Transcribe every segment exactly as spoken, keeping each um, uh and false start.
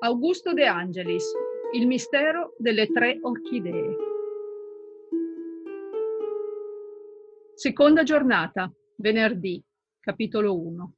Augusto De Angelis, il mistero delle tre orchidee. Seconda giornata, venerdì, capitolo uno.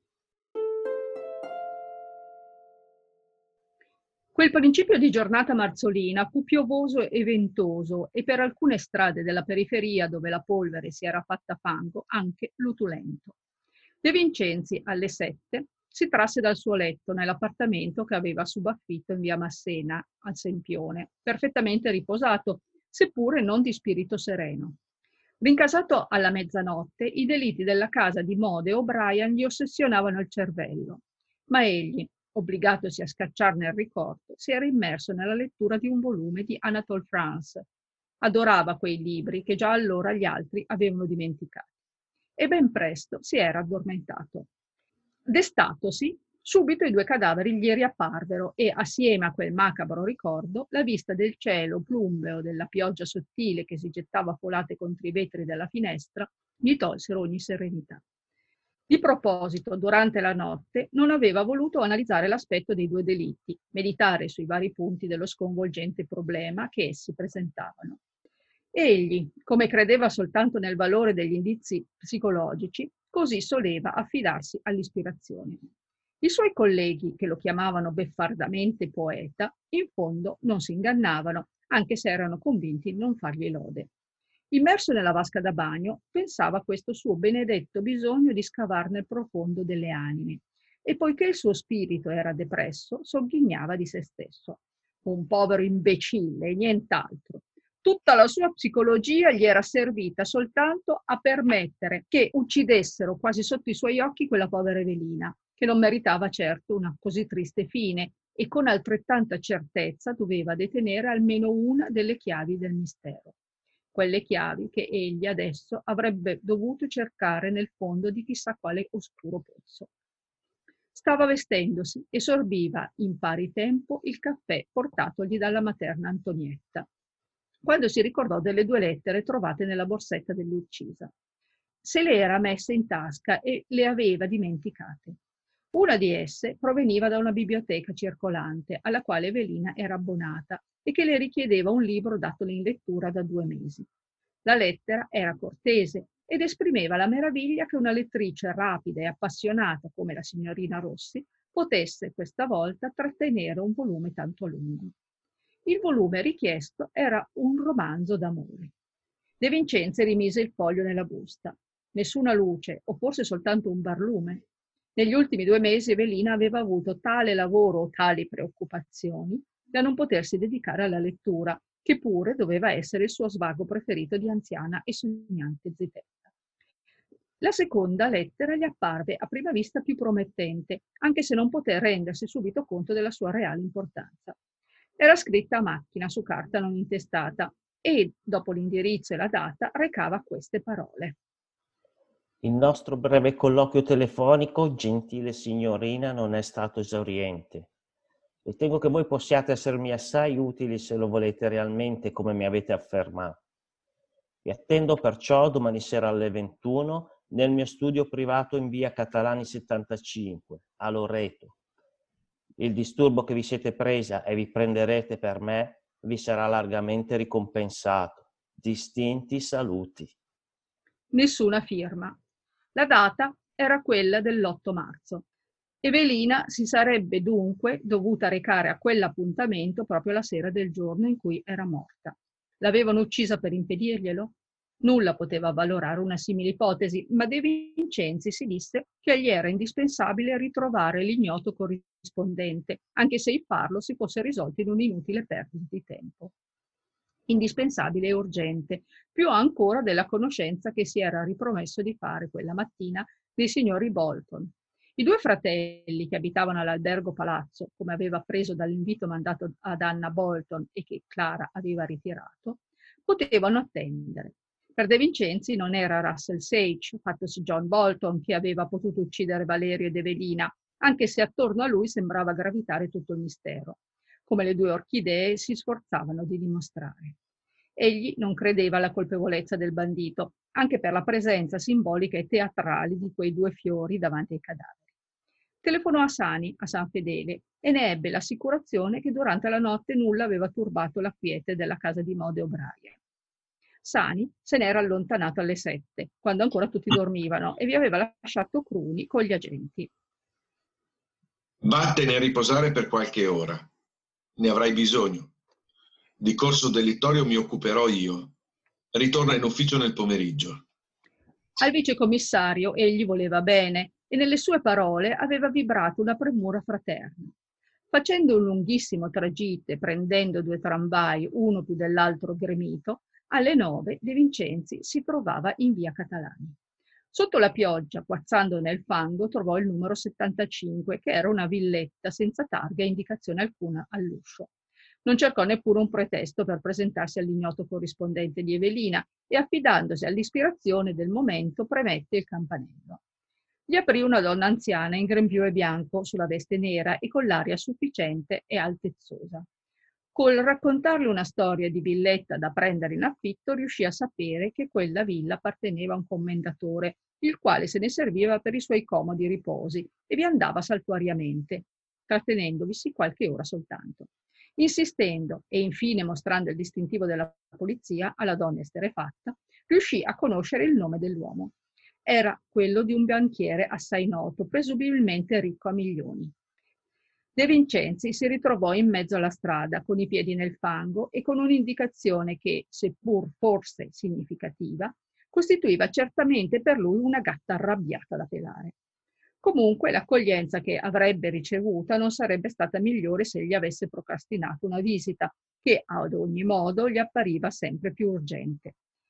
Quel principio di giornata marzolina fu piovoso e ventoso e per alcune strade della periferia dove la polvere si era fatta fango anche lutulento. De Vincenzi alle sette si trasse dal suo letto nell'appartamento che aveva subaffitto in via Massena al Sempione, perfettamente riposato, seppure non di spirito sereno. Rincasato alla mezzanotte, i delitti della casa di Mode O'Brien gli ossessionavano il cervello, ma egli, obbligatosi a scacciarne il ricordo, si era immerso nella lettura di un volume di Anatole France. Adorava quei libri che già allora gli altri avevano dimenticati. E ben presto si era addormentato. Destatosi, subito i due cadaveri gli riapparvero e, assieme a quel macabro ricordo, la vista del cielo plumbeo, della pioggia sottile che si gettava folate contro i vetri della finestra, gli tolsero ogni serenità. Di proposito, durante la notte non aveva voluto analizzare l'aspetto dei due delitti, meditare sui vari punti dello sconvolgente problema che essi presentavano. Egli, come credeva soltanto nel valore degli indizi psicologici, così soleva affidarsi all'ispirazione. I suoi colleghi, che lo chiamavano beffardamente poeta, in fondo non si ingannavano, anche se erano convinti di non fargli lode. Immerso nella vasca da bagno, pensava a questo suo benedetto bisogno di scavar nel profondo delle anime, e poiché il suo spirito era depresso, sogghignava di se stesso. Un povero imbecille e nient'altro. Tutta la sua psicologia gli era servita soltanto a permettere che uccidessero quasi sotto i suoi occhi quella povera Evelina, che non meritava certo una così triste fine e con altrettanta certezza doveva detenere almeno una delle chiavi del mistero. Quelle chiavi che egli adesso avrebbe dovuto cercare nel fondo di chissà quale oscuro pozzo. Stava vestendosi e sorbiva in pari tempo il caffè portatogli dalla materna Antonietta, quando si ricordò delle due lettere trovate nella borsetta dell'uccisa. Se le era messe in tasca e le aveva dimenticate. Una di esse proveniva da una biblioteca circolante alla quale Evelina era abbonata e che le richiedeva un libro datole in lettura da due mesi. La lettera era cortese ed esprimeva la meraviglia che una lettrice rapida e appassionata come la signorina Rossi potesse questa volta trattenere un volume tanto lungo. Il volume richiesto era un romanzo d'amore. De Vincenzi rimise il foglio nella busta. Nessuna luce, o forse soltanto un barlume. Negli ultimi due mesi Evelina aveva avuto tale lavoro o tali preoccupazioni da non potersi dedicare alla lettura, che pure doveva essere il suo svago preferito di anziana e sognante zitella. La seconda lettera gli apparve a prima vista più promettente, anche se non poté rendersi subito conto della sua reale importanza. Era scritta a macchina su carta non intestata e, dopo l'indirizzo e la data, recava queste parole. Il nostro breve colloquio telefonico, gentile signorina, non è stato esauriente. Ritengo che voi possiate essermi assai utili se lo volete realmente come mi avete affermato. Vi attendo perciò domani sera alle ventuno nel mio studio privato in via Catalani settantacinque, a Loreto. Il disturbo che vi siete presa e vi prenderete per me vi sarà largamente ricompensato. Distinti saluti. Nessuna firma. La data era quella dell'otto marzo. Evelina si sarebbe dunque dovuta recare a quell'appuntamento proprio la sera del giorno in cui era morta. L'avevano uccisa per impedirglielo? Nulla poteva avvalorare una simile ipotesi, ma De Vincenzi si disse che gli era indispensabile ritrovare l'ignoto corrispondente, anche se il farlo si fosse risolto in un'inutile perdita di tempo. Indispensabile e urgente, più ancora della conoscenza che si era ripromesso di fare quella mattina dei signori Bolton. I due fratelli che abitavano all'albergo Palazzo, come aveva appreso dall'invito mandato ad Anna Bolton e che Clara aveva ritirato, potevano attendere. Per De Vincenzi non era Russell Sage, fattosi John Bolton, che aveva potuto uccidere Valerio ed Evelina, anche se attorno a lui sembrava gravitare tutto il mistero, come le due orchidee si sforzavano di dimostrare. Egli non credeva alla colpevolezza del bandito, anche per la presenza simbolica e teatrale di quei due fiori davanti ai cadaveri. Telefonò a Sani, a San Fedele, e ne ebbe l'assicurazione che durante la notte nulla aveva turbato la quiete della casa di Mode O'Brien. Sani se n'era allontanato alle sette, quando ancora tutti dormivano, e vi aveva lasciato Cruni con gli agenti. Vattene a riposare per qualche ora. Ne avrai bisogno. Di corso delittorio mi occuperò io. Ritorna in ufficio nel pomeriggio. Al vicecommissario egli voleva bene e nelle sue parole aveva vibrato una premura fraterna. Facendo un lunghissimo tragitto e prendendo due tramvai, uno più dell'altro gremito, alle nove De Vincenzi si trovava in via Catalani. Sotto la pioggia, guazzando nel fango, trovò il numero settantacinque, che era una villetta senza targa e indicazione alcuna all'uscio. Non cercò neppure un pretesto per presentarsi all'ignoto corrispondente di Evelina e, affidandosi all'ispirazione del momento, premette il campanello. Gli aprì una donna anziana in grembiule e bianco, sulla veste nera e con l'aria sufficiente e altezzosa. Col raccontarle una storia di villetta da prendere in affitto, riuscì a sapere che quella villa apparteneva a un commendatore, il quale se ne serviva per i suoi comodi riposi e vi andava saltuariamente, trattenendovisi qualche ora soltanto. Insistendo e infine mostrando il distintivo della polizia alla donna esterrefatta, riuscì a conoscere il nome dell'uomo. Era quello di un banchiere assai noto, presumibilmente ricco a milioni. De Vincenzi si ritrovò in mezzo alla strada, con i piedi nel fango e con un'indicazione che, seppur forse significativa, costituiva certamente per lui una gatta arrabbiata da pelare. Comunque l'accoglienza che avrebbe ricevuta non sarebbe stata migliore se gli avesse procrastinato una visita, che ad ogni modo gli appariva sempre più urgente.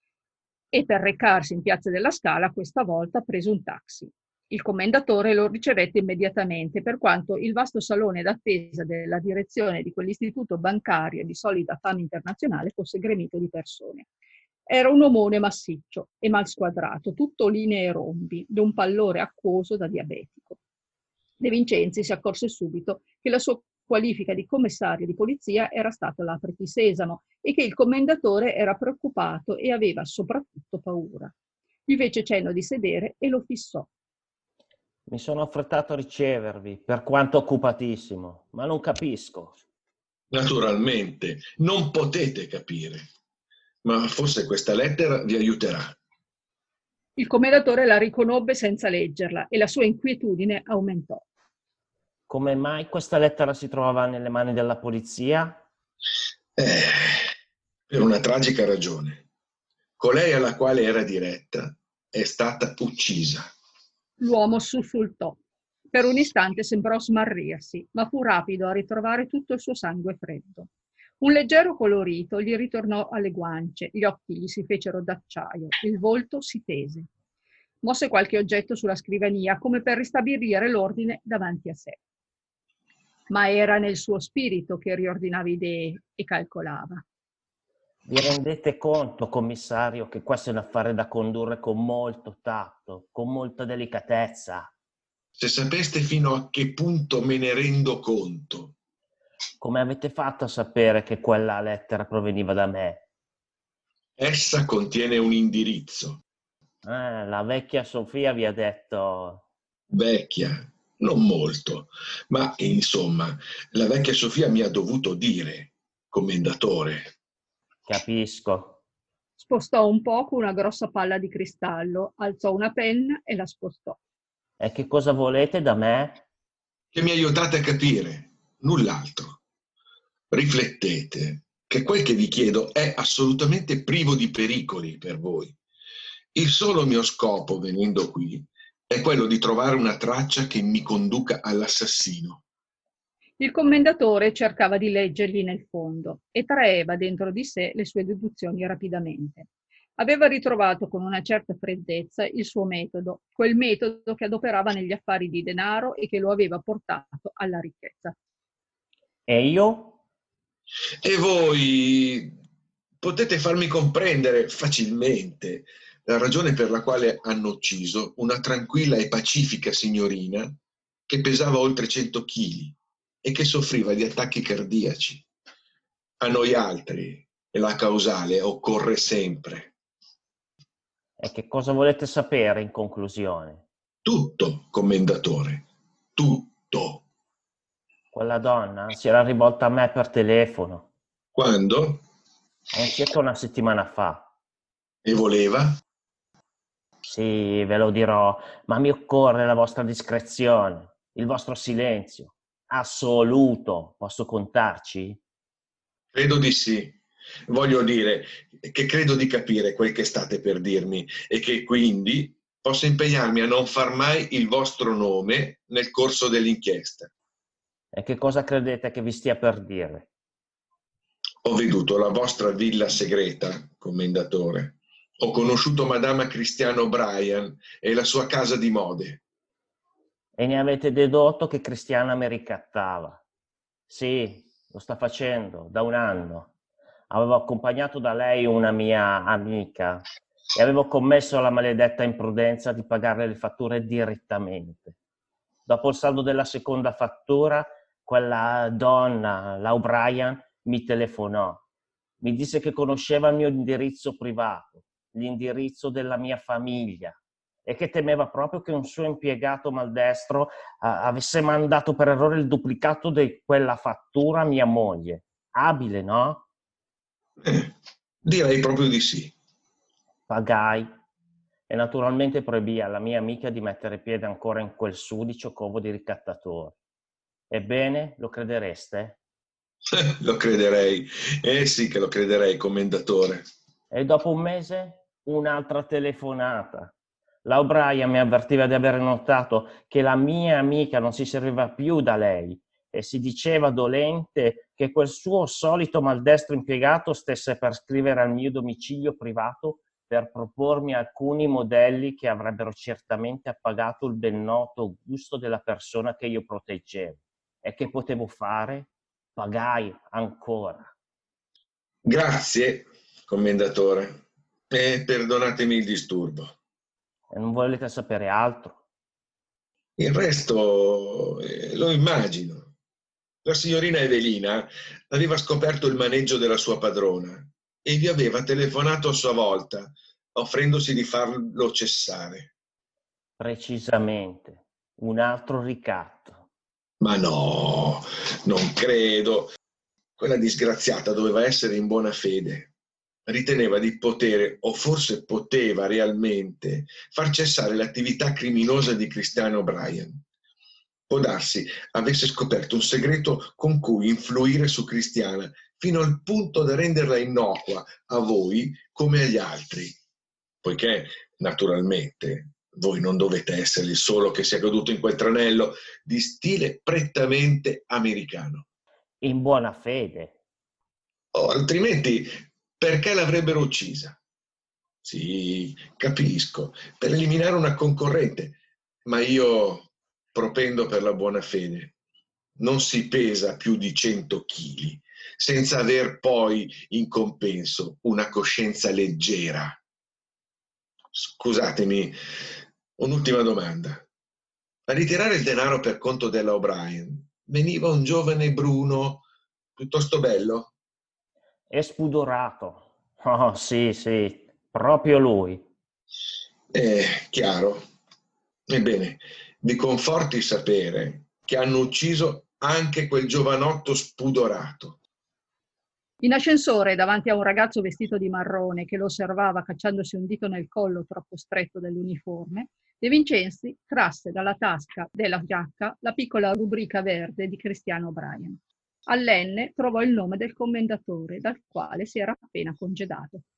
E per recarsi in Piazza della Scala questa volta prese un taxi. Il commendatore lo ricevette immediatamente, per quanto il vasto salone d'attesa della direzione di quell'istituto bancario di solida fama internazionale fosse gremito di persone. Era un omone massiccio e mal squadrato, tutto linee e rombi, d'un pallore acquoso da diabetico. De Vincenzi si accorse subito che la sua qualifica di commissario di polizia era stata l'apriti sesamo e che il commendatore era preoccupato e aveva soprattutto paura. Gli fece cenno di sedere e lo fissò. Mi sono affrettato a ricevervi, per quanto occupatissimo, ma non capisco. Naturalmente, non potete capire, ma forse questa lettera vi aiuterà. Il commendatore la riconobbe senza leggerla e la sua inquietudine aumentò. Come mai questa lettera si trovava nelle mani della polizia? Eh, per una tragica ragione. Colei alla quale era diretta è stata uccisa. L'uomo sussultò. Per un istante sembrò smarrirsi, ma fu rapido a ritrovare tutto il suo sangue freddo. Un leggero colorito gli ritornò alle guance, gli occhi gli si fecero d'acciaio, il volto si tese. Mosse qualche oggetto sulla scrivania come per ristabilire l'ordine davanti a sé. Ma era nel suo spirito che riordinava idee e calcolava. Vi rendete conto, commissario, che questo è un affare da condurre con molto tatto, con molta delicatezza? Se sapeste fino a che punto me ne rendo conto. Come avete fatto a sapere che quella lettera proveniva da me? Essa contiene un indirizzo. Ah, la vecchia Sofia vi ha detto... Vecchia, non molto, ma insomma, la vecchia Sofia mi ha dovuto dire, commendatore. Capisco. Spostò un poco una grossa palla di cristallo, alzò una penna e la spostò. E che cosa volete da me? Che mi aiutate a capire, null'altro. Riflettete che quel che vi chiedo è assolutamente privo di pericoli per voi. Il solo mio scopo venendo qui è quello di trovare una traccia che mi conduca all'assassino. Il commendatore cercava di leggergli nel fondo e traeva dentro di sé le sue deduzioni rapidamente. Aveva ritrovato con una certa freddezza il suo metodo, quel metodo che adoperava negli affari di denaro e che lo aveva portato alla ricchezza. E io? E voi potete farmi comprendere facilmente la ragione per la quale hanno ucciso una tranquilla e pacifica signorina che pesava oltre cento chili e che soffriva di attacchi cardiaci. A noi altri la causale occorre sempre. E che cosa volete sapere in conclusione? Tutto, commendatore. tutto. Quella donna si era rivolta a me per telefono. Quando? È circa una settimana fa. E voleva? Sì, ve lo dirò, ma mi occorre la vostra discrezione, il vostro silenzio. Assoluto. Posso contarci? Credo di sì. Voglio dire che credo di capire quel che state per dirmi e che quindi posso impegnarmi a non far mai il vostro nome nel corso dell'inchiesta. E che cosa credete che vi stia per dire? Ho veduto la vostra villa segreta, commendatore. Ho conosciuto Madama Cristiano O'Brien e la sua casa di mode. E ne avete dedotto che Cristiana mi ricattava. Sì, lo sta facendo da un anno. Avevo accompagnato da lei una mia amica e avevo commesso la maledetta imprudenza di pagarle le fatture direttamente. Dopo il saldo della seconda fattura, quella donna, la O'Brien, mi telefonò. Mi disse che conosceva il mio indirizzo privato, l'indirizzo della mia famiglia, e che temeva proprio che un suo impiegato maldestro uh, avesse mandato per errore il duplicato di quella fattura a mia moglie. Abile, no? Eh, direi proprio di sì. Pagai e naturalmente proibì alla mia amica di mettere piede ancora in quel sudicio covo di ricattatori. Ebbene, lo credereste? Lo crederei. Eh sì che lo crederei, commendatore. E dopo un mese, un'altra telefonata. La O'Brien mi avvertiva di aver notato che la mia amica non si serviva più da lei e si diceva dolente che quel suo solito maldestro impiegato stesse per scrivere al mio domicilio privato per propormi alcuni modelli che avrebbero certamente appagato il ben noto gusto della persona che io proteggevo. E che potevo fare? Pagai ancora. Grazie, commendatore. E perdonatemi il disturbo. E non volete sapere altro? Il resto eh, lo immagino. La signorina Evelina aveva scoperto il maneggio della sua padrona e vi aveva telefonato a sua volta, offrendosi di farlo cessare. Precisamente, un altro ricatto. Ma no, non credo. Quella disgraziata doveva essere in buona fede. Riteneva di potere, o forse poteva realmente, far cessare l'attività criminosa di Cristiano O'Brien. Può darsi avesse scoperto un segreto con cui influire su Cristiana, fino al punto da renderla innocua a voi come agli altri. Poiché, naturalmente, voi non dovete essere il solo che sia caduto in quel tranello di stile prettamente americano. In buona fede. O altrimenti, perché l'avrebbero uccisa? Sì, capisco, per eliminare una concorrente, ma io propendo per la buona fede. Non si pesa più di cento chili, senza aver poi in compenso una coscienza leggera. Scusatemi, un'ultima domanda. A ritirare il denaro per conto della O'Brien veniva un giovane bruno piuttosto bello? E spudorato. Oh, sì, sì, proprio lui. È chiaro. Ebbene, vi conforti sapere che hanno ucciso anche quel giovanotto spudorato. In ascensore, davanti a un ragazzo vestito di marrone che lo osservava cacciandosi un dito nel collo troppo stretto dell'uniforme, De Vincenzi trasse dalla tasca della giacca la piccola rubrica verde di Cristiano O'Brien. All'N trovò il nome del commendatore dal quale si era appena congedato.